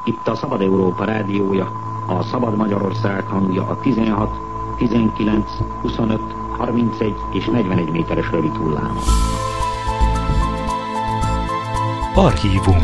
Itt a Szabad Európa rádiója, a Szabad Magyarország hangja a 16, 19, 25, 31 és 41 méteres rövid hullámon. Archívum.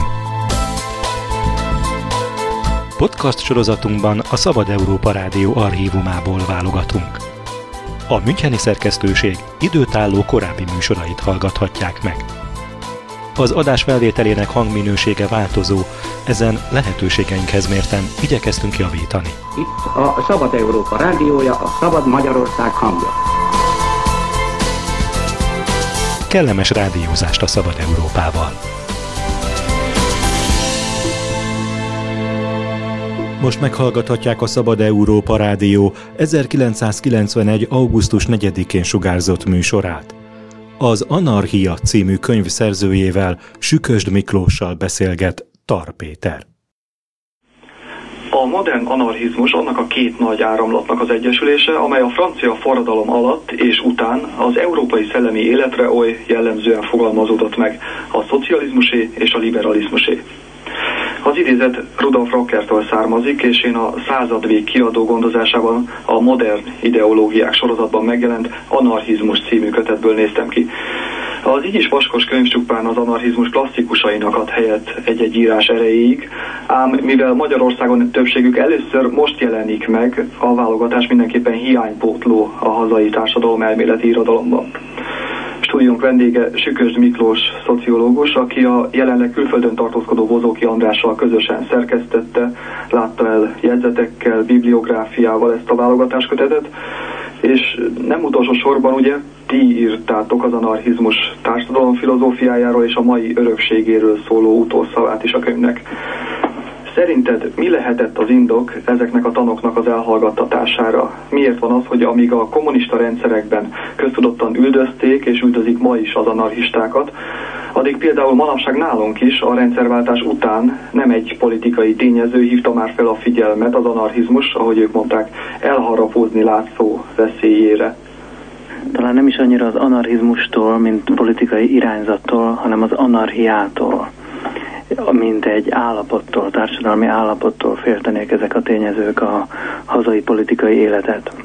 Podcast sorozatunkban a Szabad Európa Rádió archívumából válogatunk. A müncheni szerkesztőség időtálló korábbi műsorait hallgathatják meg. Az adás felvételének hangminősége változó, ezen lehetőségeinkhez mérten igyekeztünk javítani. Itt a Szabad Európa rádiója, a Szabad Magyarország hangja. Kellemes rádiózást a Szabad Európával! Most meghallgathatják a Szabad Európa Rádió 1991. augusztus 4-én sugárzott műsorát. Az Anarchia című könyv szerzőjével, Sükösd Miklóssal beszélget Tar Péter. A modern anarchizmus annak a két nagy áramlatnak az egyesülése, amely a francia forradalom alatt és után az európai szellemi életre oly jellemzően fogalmazódott meg, a szocializmusé és a liberalizmusé. Az idézet Rudolf Rockertől származik, és én a Századvég kiadó gondozásában a Modern Ideológiák sorozatban megjelent Anarchizmus című kötetből néztem ki. Az így is vaskos könyv csupán az anarchizmus klasszikusainak ad helyet egy-egy írás erejéig, ám mivel Magyarországon többségük először most jelenik meg, a válogatás mindenképpen hiánypótló a hazai társadalom elméleti irodalomban. Stúdiónk vendége Sükösd Miklós szociológus, aki a jelenleg külföldön tartózkodó Bozóki Andrással közösen szerkesztette, látta el jegyzetekkel, bibliográfiával ezt a válogatáskötetet, és nem utolsó sorban ugye ti írtátok az anarchizmus társadalomfilozófiájáról és a mai örökségéről szóló utolszavát is a könyvnek. Szerinted mi lehetett az indok ezeknek a tanoknak az elhallgattatására? Miért van az, hogy amíg a kommunista rendszerekben köztudottan üldözték és üldözik ma is az anarchistákat, addig például manapság nálunk is a rendszerváltás után nem egy politikai tényező hívta már fel a figyelmet az anarchizmus, ahogy ők mondták, elharapódni látszó veszélyére. Talán nem is annyira az anarchizmustól, mint politikai irányzattól, hanem az anarchiától, mint egy állapottól, társadalmi állapottól féltenék ezek a tényezők a hazai politikai életet.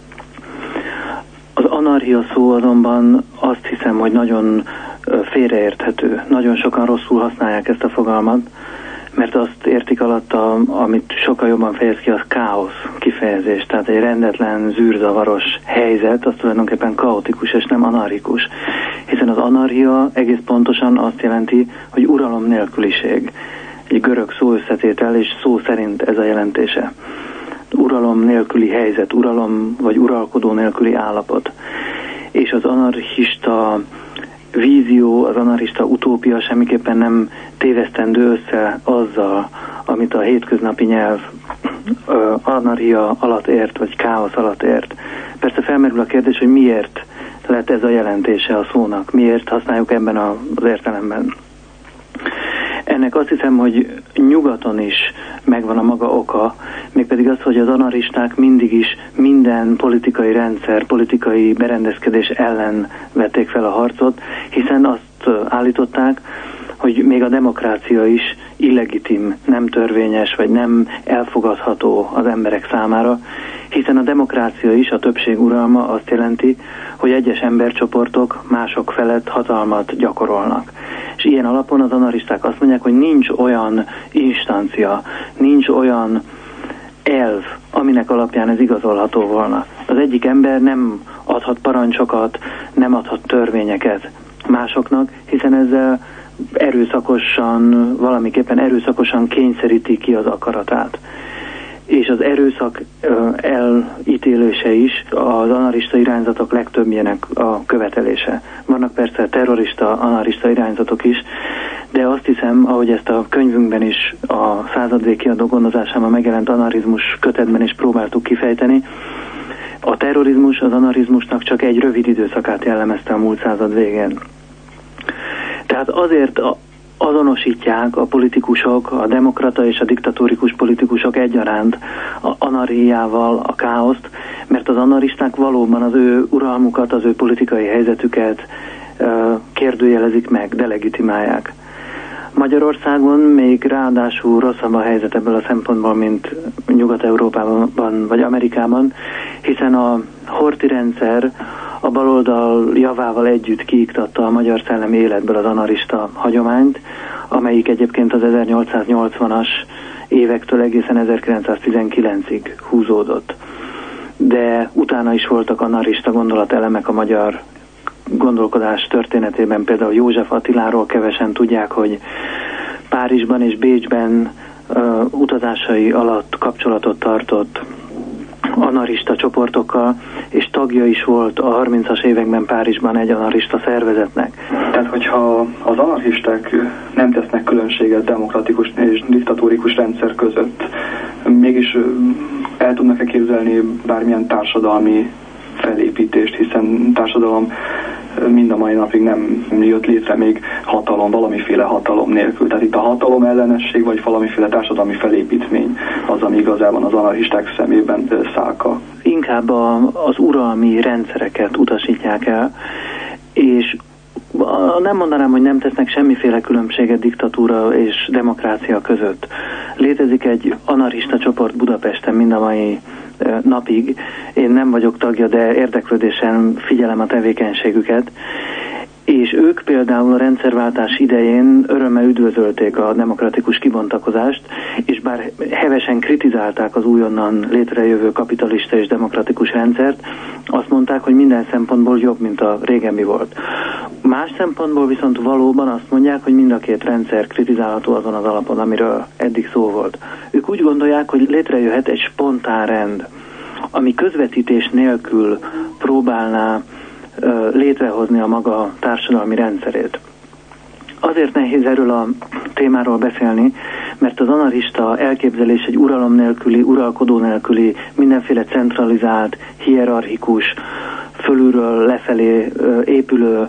Az anarchia szó azonban azt hiszem, hogy nagyon félreérthető. Nagyon sokan rosszul használják ezt a fogalmat, mert azt értik alatta, amit sokkal jobban fejez ki, az káosz kifejezés. Tehát egy rendetlen, zűrzavaros helyzet, az tulajdonképpen kaotikus és nem anarchikus. Hiszen az anarchia egész pontosan azt jelenti, hogy uralom nélküliség. Egy görög szóösszetétel, és szó szerint ez a jelentése. Uralom nélküli helyzet, uralom vagy uralkodó nélküli állapot. És az anarchista vízió, az anarchista utópia semmiképpen nem tévesztendő össze azzal, amit a hétköznapi nyelv anarchia alatt ért, vagy káosz alatt ért. Persze felmerül a kérdés, hogy miért lett ez a jelentése a szónak, miért használjuk ebben az értelemben. Ennek azt hiszem, hogy nyugaton is megvan a maga oka, mégpedig az, hogy az anarchisták mindig is minden politikai rendszer, politikai berendezkedés ellen vették fel a harcot, hiszen azt állították, hogy még a demokrácia is illegitim, nem törvényes, vagy nem elfogadható az emberek számára, hiszen a demokrácia is, a többség uralma azt jelenti, hogy egyes embercsoportok mások felett hatalmat gyakorolnak. És ilyen alapon az anarchisták azt mondják, hogy nincs olyan instancia, nincs olyan elv, aminek alapján ez igazolható volna. Az egyik ember nem adhat parancsokat, nem adhat törvényeket másoknak, hiszen ezzel valamiképpen erőszakosan kényszeríti ki az akaratát. És az erőszak elítélése is az anarchista irányzatok legtöbbjének a követelése. Vannak persze terrorista, anarchista irányzatok is, de azt hiszem, ahogy ezt a könyvünkben is, a Századvég kiadó gondozásában megjelent anarchizmus kötetben is próbáltuk kifejteni, a terrorizmus az anarchizmusnak csak egy rövid időszakát jellemezte a múlt század végén. Tehát azért azonosítják a politikusok, a demokrata és a diktatórikus politikusok egyaránt az anarchiával a káoszt, mert az anarchisták valóban az ő uralmukat, az ő politikai helyzetüket kérdőjelezik meg, delegitimálják. Magyarországon még ráadásul rosszabb a helyzet ebből a szempontból, mint Nyugat-Európában vagy Amerikában, hiszen a Horthy rendszer a baloldal javával együtt kiiktatta a magyar szellemi életből az anarchista hagyományt, amelyik egyébként az 1880-as évektől egészen 1919-ig húzódott. De utána is voltak anarchista gondolatelemek a magyar gondolkodás történetében, például József Attiláról kevesen tudják, hogy Párizsban és Bécsben utazásai alatt kapcsolatot tartott anarchista csoportokkal, és tagja is volt a 30-as években Párizsban egy anarchista szervezetnek. Tehát, hogyha az anarchisták nem tesznek különbséget demokratikus és diktatórikus rendszer között, mégis el tudnak-e képzelni bármilyen társadalmi felépítést, hiszen társadalom mind a mai napig nem jött létre még valamiféle hatalom nélkül. Tehát itt a hatalom ellenesség, vagy valamiféle társadalmi felépítmény az, ami igazában az anarchisták szemében szálka. Inkább az uralmi rendszereket utasítják el, és nem mondanám, hogy nem tesznek semmiféle különbséget diktatúra és demokrácia között. Létezik egy anarchista csoport Budapesten mind a mai napig. Én nem vagyok tagja, de érdeklődésen figyelem a tevékenységüket, és ők például a rendszerváltás idején örömmel üdvözölték a demokratikus kibontakozást, és bár hevesen kritizálták az újonnan létrejövő kapitalista és demokratikus rendszert, azt mondták, hogy minden szempontból jobb, mint a régebbi volt. Más szempontból viszont valóban azt mondják, hogy mind a két rendszer kritizálható azon az alapon, amiről eddig szó volt. Ők úgy gondolják, hogy létrejöhet egy spontán rend, ami közvetítés nélkül próbálná létrehozni a maga társadalmi rendszerét. Azért nehéz erről a témáról beszélni, mert az anarchista elképzelés egy uralom nélküli, uralkodó nélküli, mindenféle centralizált, hierarchikus, fölülről lefelé épülő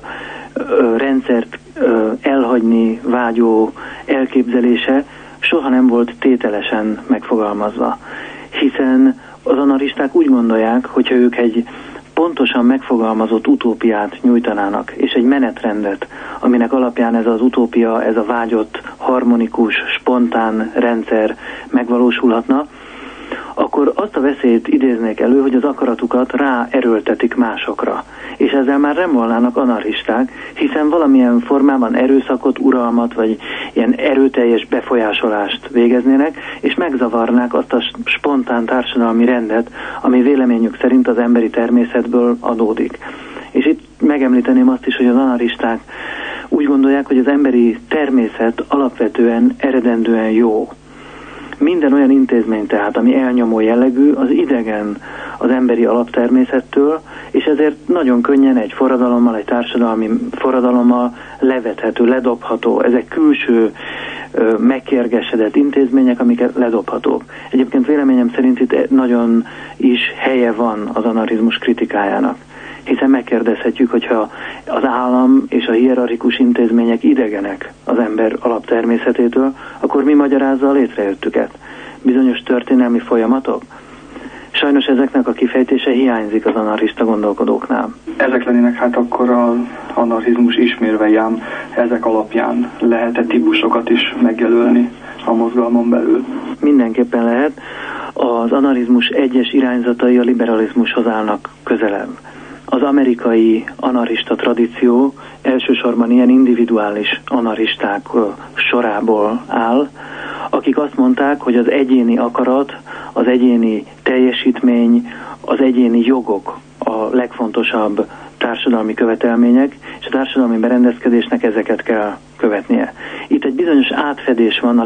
rendszert elhagyni vágyó elképzelése soha nem volt tételesen megfogalmazva. Hiszen az anarchisták úgy gondolják, hogyha ők egy pontosan megfogalmazott utópiát nyújtanának, és egy menetrendet, aminek alapján ez az utópia, ez a vágyott, harmonikus, spontán rendszer megvalósulhatna, akkor azt a veszélyt idéznék elő, hogy az akaratukat ráerőltetik másokra. És ezzel már nem volnának anarchisták, hiszen valamilyen formában erőszakot, uralmat, vagy ilyen erőteljes befolyásolást végeznének, és megzavarnák azt a spontán társadalmi rendet, ami véleményük szerint az emberi természetből adódik. És itt megemlíteném azt is, hogy az anarchisták úgy gondolják, hogy az emberi természet alapvetően eredendően jó. Minden olyan intézmény tehát, ami elnyomó jellegű, az idegen az emberi alaptermészettől, és ezért nagyon könnyen egy forradalommal, egy társadalmi forradalommal levethető, ledobható. Ezek külső, megkérgesedett intézmények, amiket ledobhatók. Egyébként véleményem szerint itt nagyon is helye van az anarchizmus kritikájának. Hiszen megkérdezhetjük, hogyha az állam és a hierarchikus intézmények idegenek az ember alaptermészetétől, akkor mi magyarázza a létrejöttüket? Bizonyos történelmi folyamatok? Sajnos ezeknek a kifejtése hiányzik az anarchista gondolkodóknál. Ezek lennének hát akkor az anarchizmus ismérvei, ám ezek alapján lehet-e típusokat is megjelölni a mozgalmon belül? Mindenképpen lehet. Az anarchizmus egyes irányzatai a liberalizmushoz állnak közelebb. Az amerikai anarchista tradíció elsősorban ilyen individuális anarchisták sorából áll, akik azt mondták, hogy az egyéni akarat, az egyéni teljesítmény, az egyéni jogok a legfontosabb társadalmi követelmények, és a társadalmi berendezkedésnek ezeket kell követnie. Itt egy bizonyos átfedés van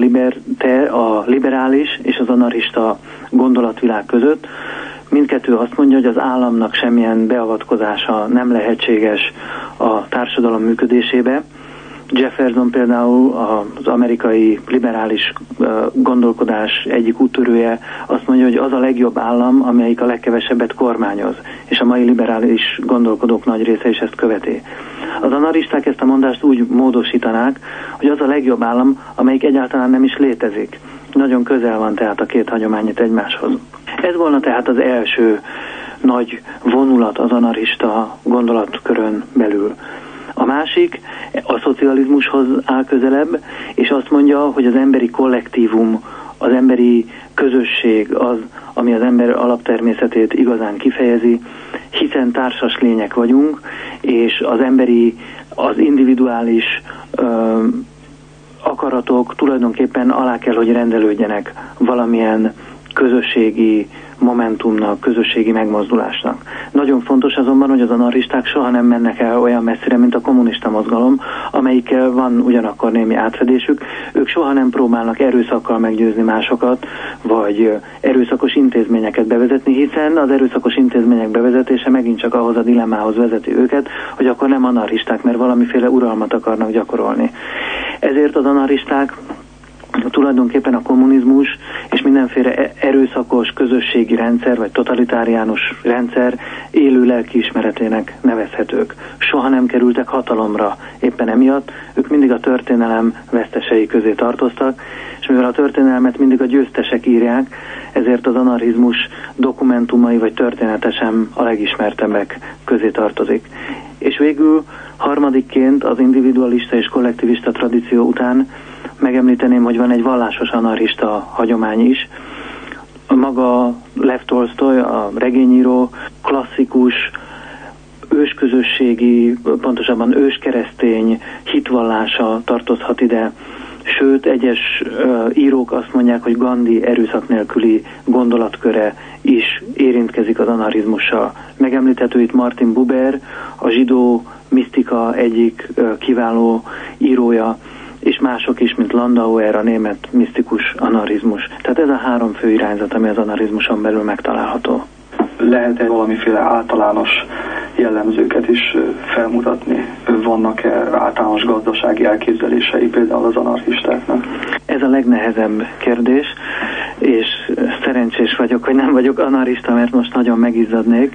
a liberális és az anarchista gondolatvilág között. Mindkettő azt mondja, hogy az államnak semmilyen beavatkozása nem lehetséges a társadalom működésébe. Jefferson például, az amerikai liberális gondolkodás egyik úttörője azt mondja, hogy az a legjobb állam, amelyik a legkevesebbet kormányoz, és a mai liberális gondolkodók nagy része is ezt követi. Az anarchisták ezt a mondást úgy módosítanák, hogy az a legjobb állam, amelyik egyáltalán nem is létezik. Nagyon közel van tehát a két hagyomány itt egymáshoz. Ez volna tehát az első nagy vonulat az anarchista gondolatkörön belül. A másik a szocializmushoz áll közelebb, és azt mondja, hogy az emberi kollektívum, az emberi közösség az, ami az ember alaptermészetét igazán kifejezi, hiszen társas lények vagyunk, és az individuális akaratok tulajdonképpen alá kell, hogy rendelődjenek valamilyen közösségi momentumnak, közösségi megmozdulásnak. Nagyon fontos azonban, hogy az anarchisták soha nem mennek el olyan messzire, mint a kommunista mozgalom, amelyikkel van ugyanakkor némi átfedésük. Ők soha nem próbálnak erőszakkal meggyőzni másokat, vagy erőszakos intézményeket bevezetni, hiszen az erőszakos intézmények bevezetése megint csak ahhoz a dilemmához vezeti őket, hogy akkor nem anarchisták, mert valamiféle uralmat akarnak gyakorolni. Ezért az anarchisták tulajdonképpen a kommunizmus és mindenféle erőszakos közösségi rendszer, vagy totalitáriánus rendszer élő lelkiismeretének nevezhetők. Soha nem kerültek hatalomra éppen emiatt, ők mindig a történelem vesztesei közé tartoztak, és mivel a történelmet mindig a győztesek írják, ezért az anarchizmus dokumentumai vagy történetesen a legismertebbek közé tartozik. És végül harmadikként az individualista és kollektivista tradíció után megemlíteném, hogy van egy vallásos anarchista hagyomány is. Maga Lev Tolsztoj, a regényíró, klasszikus, ősközösségi, pontosabban őskeresztény hitvallása tartozhat ide. Sőt, egyes írók azt mondják, hogy Gandhi erőszak nélküli gondolatköre is érintkezik az anarchizmussal. Megemlíthető itt Martin Buber, a zsidó misztika egyik kiváló írója, és mások is, mint Landauer, a német misztikus anarchizmus. Tehát ez a három fő irányzat, ami az anarchizmuson belül megtalálható. Lehet-e valamiféle általános jellemzőket is felmutatni? Vannak-e általános gazdasági elképzelései például az anarchistáknak? Ez a legnehezebb kérdés, és szerencsés vagyok, hogy nem vagyok anarchista, mert most nagyon megizzadnék.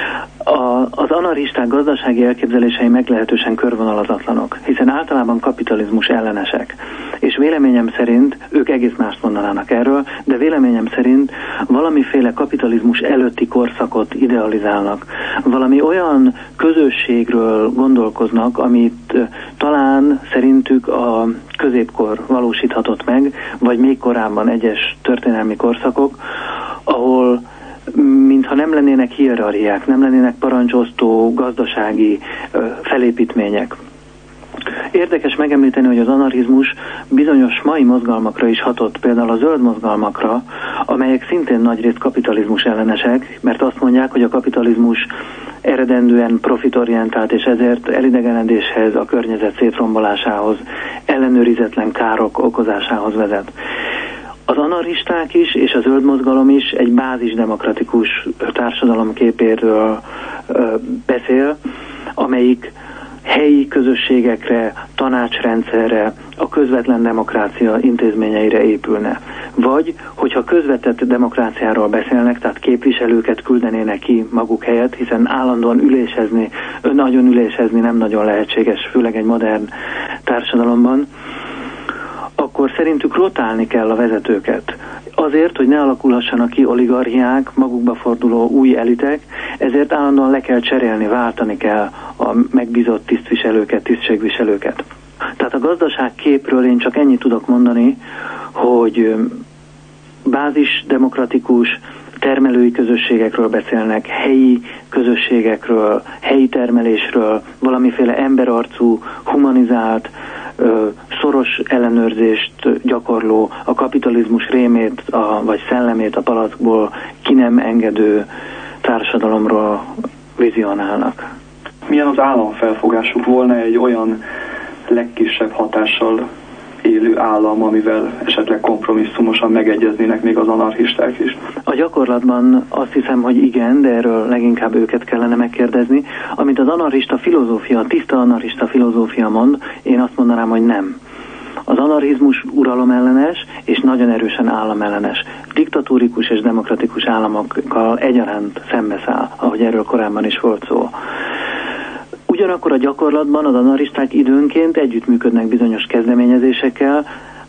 Az anarchisták gazdasági elképzelései meglehetősen körvonalazatlanok, hiszen általában kapitalizmus ellenesek. És véleményem szerint, ők egész mást mondanának erről, de véleményem szerint valamiféle kapitalizmus előtti korszakot idealizálnak. Valami olyan közösségről gondolkoznak, amit talán szerintük a középkor valósíthatott meg, vagy még korábban egyes történelmi korszakok, ahol mintha nem lennének hierarchiák, nem lennének parancsosztó gazdasági felépítmények. Érdekes megemlíteni, hogy az anarchizmus bizonyos mai mozgalmakra is hatott, például a zöld mozgalmakra, amelyek szintén nagyrészt kapitalizmus ellenesek, mert azt mondják, hogy a kapitalizmus eredendően profitorientált, és ezért elidegenedéshez, a környezet szétrombolásához, ellenőrizetlen károk okozásához vezet. Az anarchisták is, és a zöld mozgalom is egy bázisdemokratikus társadalom képéről beszél, amelyik helyi közösségekre, tanácsrendszerre, a közvetlen demokrácia intézményeire épülne. Vagy, hogyha közvetett demokráciáról beszélnek, tehát képviselőket küldenének ki maguk helyett, hiszen állandóan nagyon ülésezni nem nagyon lehetséges, főleg egy modern társadalomban, akkor szerintük rotálni kell a vezetőket. Azért, hogy ne alakulhassanak ki oligarchiák, magukba forduló új elitek, ezért állandóan le kell cserélni, váltani kell a megbízott tisztviselőket, tisztségviselőket. Tehát a gazdaságképről én csak ennyit tudok mondani, hogy bázisdemokratikus termelői közösségekről beszélnek, helyi közösségekről, helyi termelésről, valamiféle emberarcú, humanizált, szoros ellenőrzést gyakorló, a kapitalizmus rémét vagy szellemét a palackból ki nem engedő társadalomról vizionálnak. Milyen az államfelfogásuk? Volna egy olyan legkisebb hatással élő állam, amivel esetleg kompromisszumosan megegyeznének még az anarchisták is? A gyakorlatban azt hiszem, hogy igen, de erről leginkább őket kellene megkérdezni. Amit az anarchista filozófia, a tiszta anarchista filozófia mond, én azt mondanám, hogy nem. Az anarchizmus uralomellenes és nagyon erősen államellenes. Diktatórikus és demokratikus államokkal egyaránt szembeszáll, ahogy erről korábban is volt szó. Ugyanakkor a gyakorlatban az anarchisták időnként együttműködnek bizonyos kezdeményezésekkel,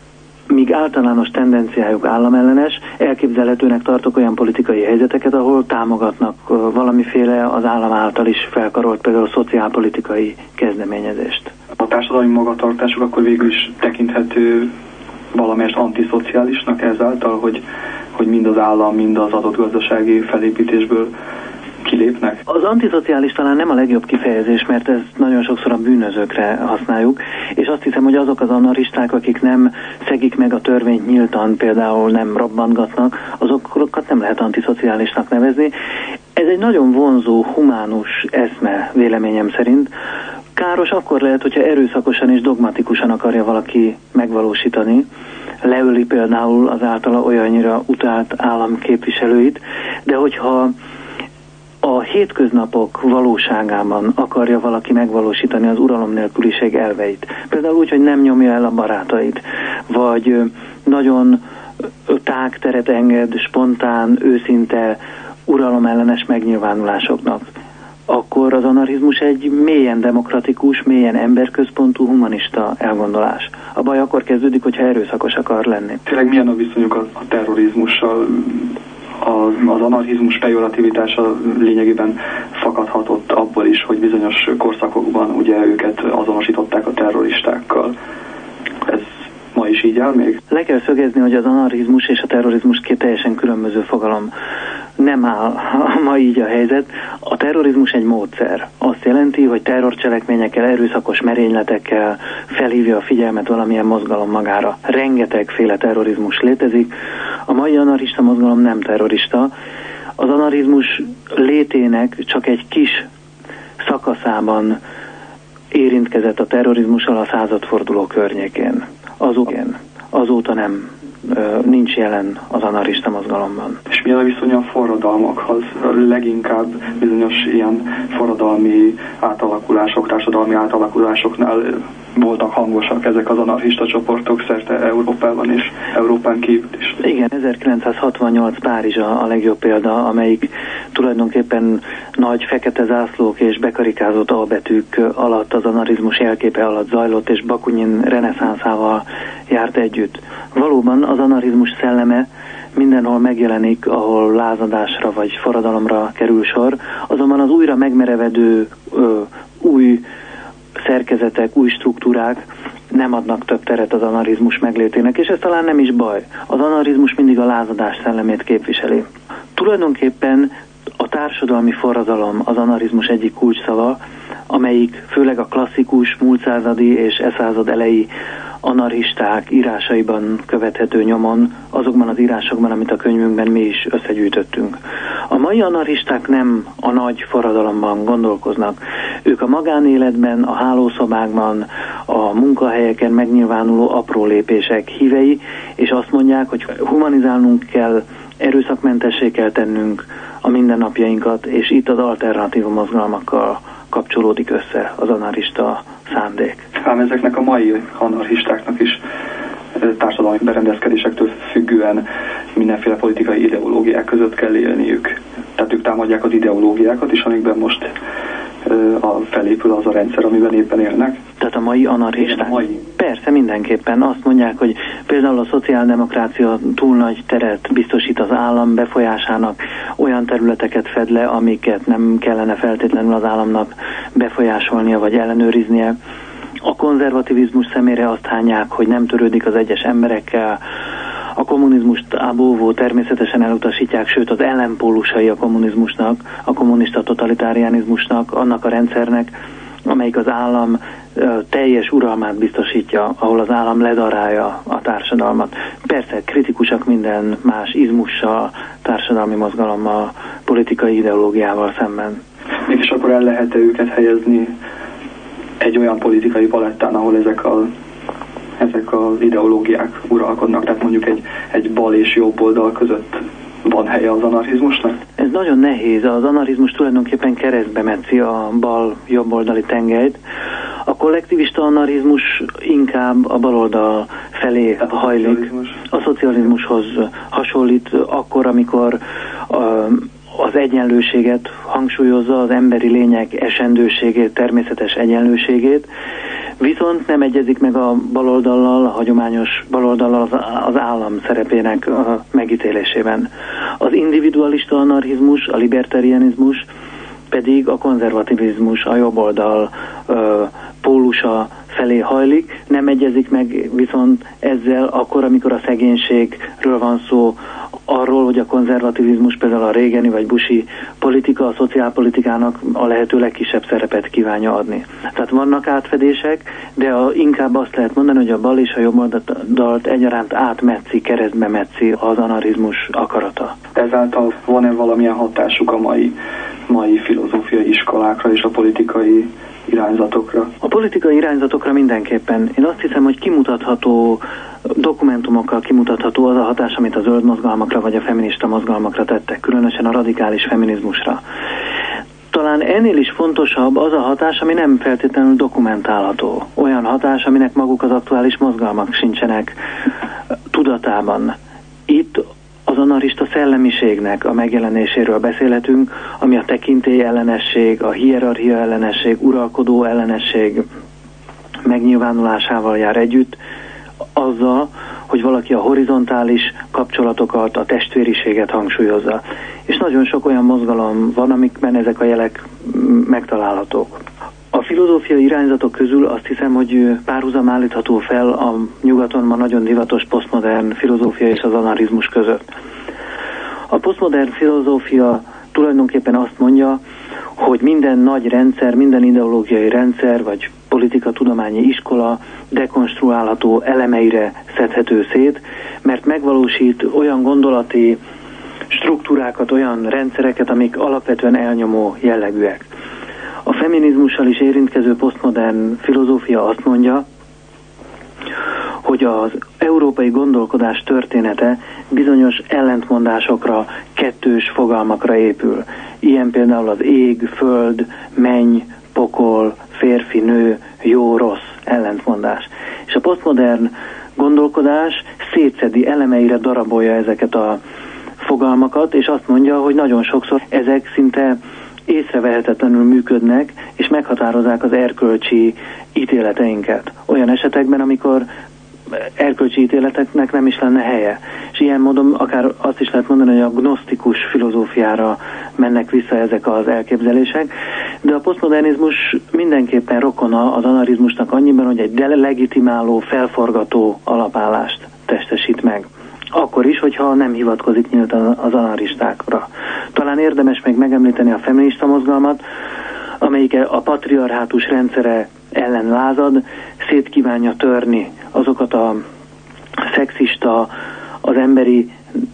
míg általános tendenciájuk államellenes, elképzelhetőnek tartok olyan politikai helyzeteket, ahol támogatnak valamiféle az állam által is felkarolt például szociálpolitikai kezdeményezést. A társadalmi magatartásuk akkor végül is tekinthető valamelyest antiszociálisnak ezáltal, hogy mind az állam, mind az adott gazdasági felépítésből kilépnek? Az antiszociális talán nem a legjobb kifejezés, mert ezt nagyon sokszor a bűnözőkre használjuk, és azt hiszem, hogy azok az anarchisták, akik nem szegik meg a törvényt nyíltan, például nem robbantgatnak, azokat nem lehet antiszociálisnak nevezni. Ez egy nagyon vonzó, humánus eszme véleményem szerint. Káros akkor lehet, hogyha erőszakosan és dogmatikusan akarja valaki megvalósítani. Leöli például az általa olyannyira utált államképviselőit, de hogyha a hétköznapok valóságában akarja valaki megvalósítani az uralom nélküliség elveit, például úgy, hogy nem nyomja el a barátait, vagy nagyon tág teret enged spontán, őszinte, uralomellenes megnyilvánulásoknak, akkor az anarchizmus egy mélyen demokratikus, mélyen emberközpontú, humanista elgondolás. A baj akkor kezdődik, hogyha erőszakos akar lenni. Tényleg milyen a viszonyuk a terrorizmussal? Az anarchizmus pejorativitása lényegében fakadhatott abból is, hogy bizonyos korszakokban ugye őket azonosították a terroristákkal. Ez ma is így áll még? Le kell szögezni, hogy az anarchizmus és a terrorizmus két teljesen különböző fogalom. Nem áll ma így a helyzet. A terrorizmus egy módszer. Azt jelenti, hogy terrorcselekményekkel, erőszakos merényletekkel felhívja a figyelmet valamilyen mozgalom magára. Rengetegféle terrorizmus létezik. A mai anarchista mozgalom nem terrorista. Az anarchizmus létének csak egy kis szakaszában érintkezett a terrorizmussal a századforduló környékén. Azóta nem nincs jelen az anarchista mozgalomban. És milyen a viszony a forradalmakhoz? Leginkább bizonyos ilyen forradalmi átalakulások, társadalmi átalakulásoknál voltak hangosak ezek az anarchista csoportok szerte Európában és Európán kívül is. Igen, 1968 Párizs a legjobb példa, amelyik tulajdonképpen nagy fekete zászlók és bekarikázott albetűk alatt az anarchizmus jelképe alatt zajlott, és Bakunin reneszánszával járt együtt. Valóban az anarchizmus szelleme mindenhol megjelenik, ahol lázadásra vagy forradalomra kerül sor, azonban az újra megmerevedő új szerkezetek, új struktúrák nem adnak több teret az anarchizmus meglétének, és ez talán nem is baj. Az anarchizmus mindig a lázadás szellemét képviseli. Tulajdonképpen a társadalmi forradalom az anarchizmus egyik kulcsszava, amelyik főleg a klasszikus, múltszázadi és század elejé anarchisták írásaiban követhető nyomon, azokban az írásokban, amit a könyvünkben mi is összegyűjtöttünk. A mai anarchisták nem a nagy forradalomban gondolkoznak. Ők a magánéletben, a hálószobákban, a munkahelyeken megnyilvánuló apró lépések hívei, és azt mondják, hogy humanizálnunk kell, erőszakmentessé kell tennünk a mindennapjainkat, és itt az alternatív mozgalmakkal kapcsolódik össze az anarchista szándék. Ám ezeknek a mai anarchistáknak is társadalmi berendezkedésektől függően mindenféle politikai ideológiák között kell élniük. Tehát ők támadják az ideológiákat is, amikben most felépül az a rendszer, amiben éppen élnek. Tehát a mai anarchisták? Persze, mindenképpen. Azt mondják, hogy például a szociáldemokrácia túl nagy teret biztosít az állam befolyásának, olyan területeket fed le, amiket nem kellene feltétlenül az államnak befolyásolnia vagy ellenőriznie. A konzervativizmus szemére azt hányják, hogy nem törődik az egyes emberekkel. A kommunizmust ábóvó természetesen elutasítják, sőt az ellenpólusai a kommunizmusnak, a kommunista totalitárianizmusnak, annak a rendszernek, amelyik az állam teljes uralmát biztosítja, ahol az állam ledarálja a társadalmat. Persze kritikusak minden más izmussal, társadalmi mozgalommal, politikai ideológiával szemben. Mégis akkor el lehet őket helyezni egy olyan politikai palettán, ahol ezek az ideológiák uralkodnak, tehát mondjuk egy bal és jobb oldal között van helye az anarchizmusnak? Ez nagyon nehéz. Az anarchizmus tulajdonképpen keresztbe metszi a bal-jobboldali tengelyt. A kollektivista anarchizmus inkább a baloldal felé hajlik. A szocializmushoz hasonlít akkor, amikor az egyenlőséget hangsúlyozza, az emberi lények esendőségét, természetes egyenlőségét, Viszont nem egyezik meg a baloldallal, a hagyományos baloldallal az állam szerepének a megítélésében. Az individualista anarchizmus, a libertarianizmus pedig a konzervativizmus, a jobboldal pólusa felé hajlik, nem egyezik meg viszont ezzel akkor, amikor a szegénységről van szó, arról, hogy a konzervativizmus például a Reagani vagy Bushi politika, a szociálpolitikának a lehető legkisebb szerepet kívánja adni. Tehát vannak átfedések, de inkább azt lehet mondani, hogy a bal és a jobb oldalt egyaránt átmetszi, keresztbe metszi az anarchizmus akarata. Ezáltal van-e valamilyen hatásuk a mai filozófiai iskolákra és a politikai irányzatokra? A politikai irányzatokra mindenképpen. Én azt hiszem, hogy kimutatható, dokumentumokkal kimutatható az a hatás, amit a zöld mozgalmakra vagy a feminista mozgalmakra tettek, különösen a radikális feminizmusra. Talán ennél is fontosabb az a hatás, ami nem feltétlenül dokumentálható. Olyan hatás, aminek maguk az aktuális mozgalmak sincsenek tudatában. Itt az anarchista szellemiségnek a megjelenéséről beszélhetünk, ami a tekintély ellenesség, a hierarchia ellenesség, uralkodó ellenesség megnyilvánulásával jár együtt, azzal, hogy valaki a horizontális kapcsolatokat, a testvériséget hangsúlyozza. És nagyon sok olyan mozgalom van, amikben ezek a jelek megtalálhatók. A filozófiai irányzatok közül azt hiszem, hogy párhuzam állítható fel a nyugaton ma nagyon divatos posztmodern filozófia és az anarchizmus között. A posztmodern filozófia tulajdonképpen azt mondja, hogy minden nagy rendszer, minden ideológiai rendszer, vagy politikatudományi iskola dekonstruálható elemeire szedhető szét, mert megvalósít olyan gondolati struktúrákat, olyan rendszereket, amik alapvetően elnyomó jellegűek. A feminizmussal is érintkező posztmodern filozófia azt mondja, hogy az európai gondolkodás története bizonyos ellentmondásokra, kettős fogalmakra épül. Ilyen például az ég, föld, menny, pokol, férfi, nő, jó, rossz ellentmondás. És a posztmodern gondolkodás szétszedi, elemeire darabolja ezeket a fogalmakat, és azt mondja, hogy nagyon sokszor ezek szinte észrevehetetlenül működnek, és meghatározzák az erkölcsi ítéleteinket. Olyan esetekben, amikor erkölcsi ítéleteknek nem is lenne helye. És ilyen módon akár azt is lehet mondani, hogy a gnosztikus filozófiára mennek vissza ezek az elképzelések, de a posztmodernizmus mindenképpen rokona az anarchizmusnak annyiban, hogy egy delegitimáló, felforgató alapállást testesít meg. Akkor is, hogyha nem hivatkozik nyíltan az anarchistákra. Talán érdemes még megemlíteni a feminista mozgalmat, amelyik a patriarhátus rendszere ellen lázad, szét kívánja törni azokat a szexista, az emberi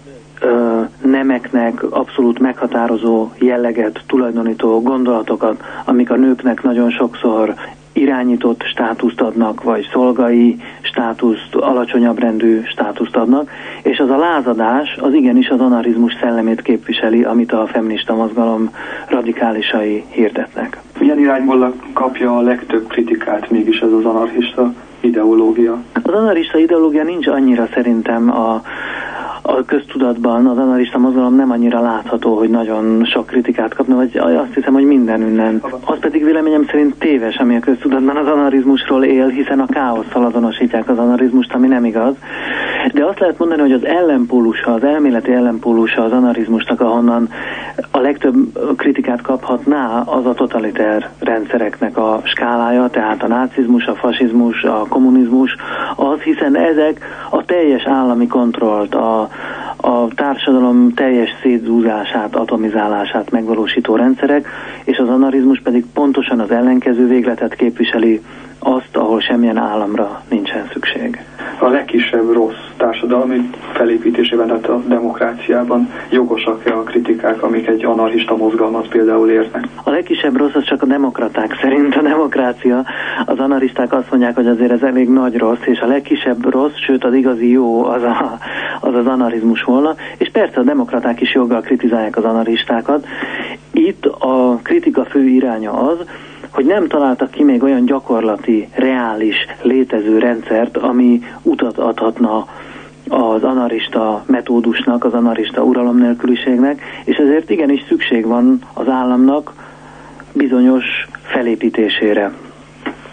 nemeknek abszolút meghatározó jelleget tulajdonító gondolatokat, amik a nőknek nagyon sokszor irányított státuszt adnak, vagy szolgai státuszt, alacsonyabb rendű státuszt adnak, és az a lázadás az igenis az anarchizmus szellemét képviseli, amit a feminista mozgalom radikálisai hirdetnek. Milyen irányból kapja a legtöbb kritikát mégis ez az anarchista ideológia? Az anarchista ideológia nincs annyira szerintem a köztudatban, az anarchista mozgalom nem annyira látható, hogy nagyon sok kritikát kapna, vagy azt hiszem, hogy mindenünnen. Az pedig véleményem szerint téves, ami a köztudatban az anarchizmusról él, hiszen a káosszal azonosítják az anarchizmust, ami nem igaz. De azt lehet mondani, hogy az ellenpólusa, az elméleti ellenpólusa az anarchizmusnak, ahonnan a legtöbb kritikát kaphatná, az a totaliter rendszereknek a skálája, tehát a nácizmus, a fasizmus, a kommunizmus, az, hiszen ezek a teljes állami kontrollt, a társadalom teljes szétzúzását, atomizálását megvalósító rendszerek, és az anarchizmus pedig pontosan az ellenkező végletet képviseli, azt, ahol semmilyen államra nincsen szükség. A legkisebb rossz társadalmi felépítésében, tehát a demokráciában jogosak-e a kritikák, amik egy anarchista mozgalmat például érnek? A legkisebb rossz az csak a demokraták szerint a demokrácia. Az anarchisták azt mondják, hogy azért ez elég nagy rossz, és a legkisebb rossz, sőt az igazi jó az anarchizmus volna, és persze a demokraták is joggal kritizálják az anarchistákat. Itt a kritika fő iránya az, hogy nem találtak ki még olyan gyakorlati, reális, létező rendszert, ami utat adhatna az anarchista metódusnak, az anarchista uralom nélküliségnek, és ezért igenis szükség van az államnak bizonyos felépítésére. A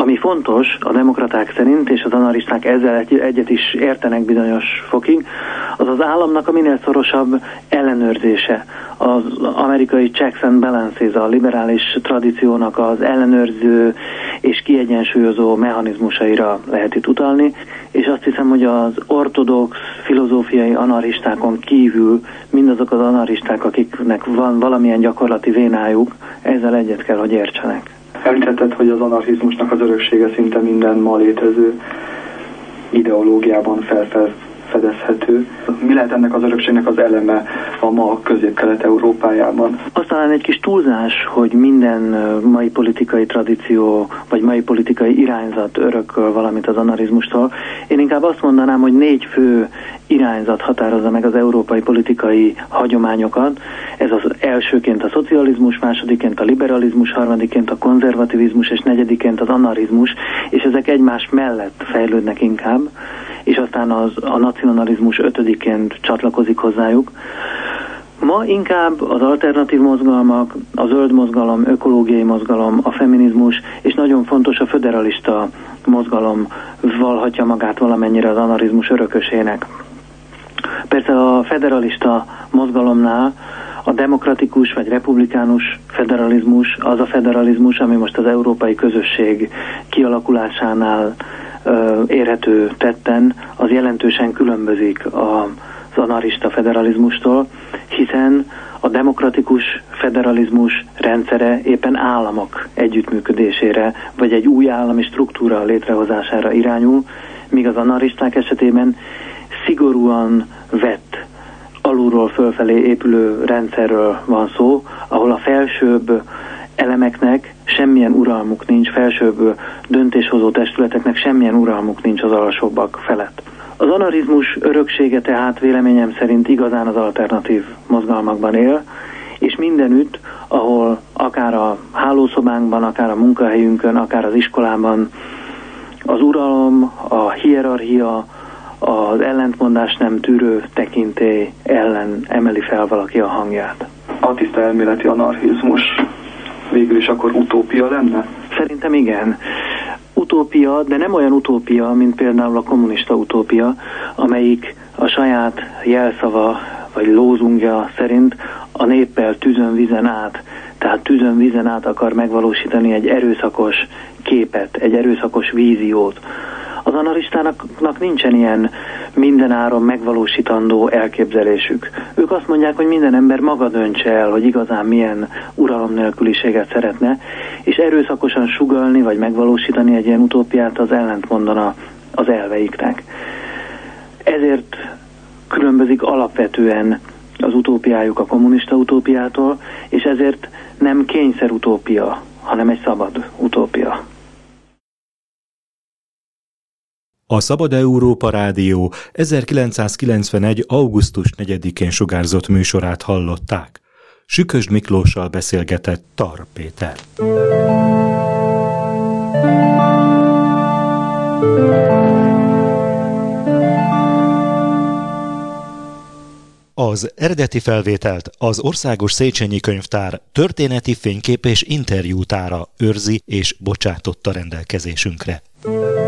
Ami fontos a demokraták szerint, és az anarchisták ezzel egyet is értenek bizonyos fokig, az az államnak a minél szorosabb ellenőrzése. Az amerikai checks and balances, a liberális tradíciónak az ellenőrző és kiegyensúlyozó mechanizmusaira lehet itt utalni, és azt hiszem, hogy az ortodox filozófiai anarchistákon kívül mindazok az anarchisták, akiknek van valamilyen gyakorlati vénájuk, ezzel egyet kell, hogy értsenek. Említetted, hogy az anarchizmusnak az öröksége szinte minden ma létező ideológiában felfedezhető. Mi lehet ennek az örökségnek az eleme a ma Közép-Kelet-Európájában? Az talán egy kis túlzás, hogy minden mai politikai tradíció, vagy mai politikai irányzat örököl valamit az anarchizmustól. Én inkább azt mondanám, hogy 4 fő irányzat határozza meg az európai politikai hagyományokat. Ez az elsőként a szocializmus, másodiként a liberalizmus, harmadiként a konzervativizmus, és negyediként az anarchizmus, és ezek egymás mellett fejlődnek inkább, és aztán a nacionalizmus 5-ként csatlakozik hozzájuk. Ma inkább az alternatív mozgalmak, a zöld mozgalom, ökológiai mozgalom, a feminizmus, és nagyon fontos a föderalista mozgalom vallhatja magát valamennyire az anarchizmus örökösének. Persze a federalista mozgalomnál a demokratikus vagy republikánus federalizmus az a federalizmus, ami most az európai közösség kialakulásánál érhető tetten, az jelentősen különbözik az anarchista federalizmustól, hiszen a demokratikus federalizmus rendszere éppen államok együttműködésére, vagy egy új állami struktúra létrehozására irányul, míg az anarchisták esetében szigorúan vett, alulról fölfelé épülő rendszerről van szó, ahol a felsőbb elemeknek semmilyen uralmuk nincs, felsőbb döntéshozó testületeknek semmilyen uralmuk nincs az alsóbbak felett. Az anarchizmus öröksége tehát véleményem szerint igazán az alternatív mozgalmakban él, és mindenütt, ahol akár a hálószobánkban, akár a munkahelyünkön, akár az iskolában az uralom, a hierarchia, az ellentmondás nem tűrő tekintély ellen emeli fel valaki a hangját. A tiszta elméleti anarchizmus végül is akkor utópia lenne? Szerintem igen. Utópia, de nem olyan utópia, mint például a kommunista utópia, amelyik a saját jelszava vagy lózungja szerint a néppel tűzön-vizen át, tehát tűzön-vizen át akar megvalósítani egy erőszakos képet, egy erőszakos víziót. Az anarchistának nincsen ilyen mindenáron megvalósítandó elképzelésük. Ők azt mondják, hogy minden ember maga döntse el, hogy igazán milyen uralom nélküliséget szeretne, és erőszakosan sugallni vagy megvalósítani egy ilyen utópiát az ellentmondana az elveiknek. Ezért különbözik alapvetően az utópiájuk a kommunista utópiától, és ezért nem kényszer utópia, hanem egy szabad utópia. A Szabad Európa Rádió 1991. augusztus 4-én sugárzott műsorát hallották. Sükösd Miklóssal beszélgetett Tar Péter. Az eredeti felvételt az Országos Széchenyi Könyvtár történeti fénykép és interjútára őrzi és bocsátotta rendelkezésünkre.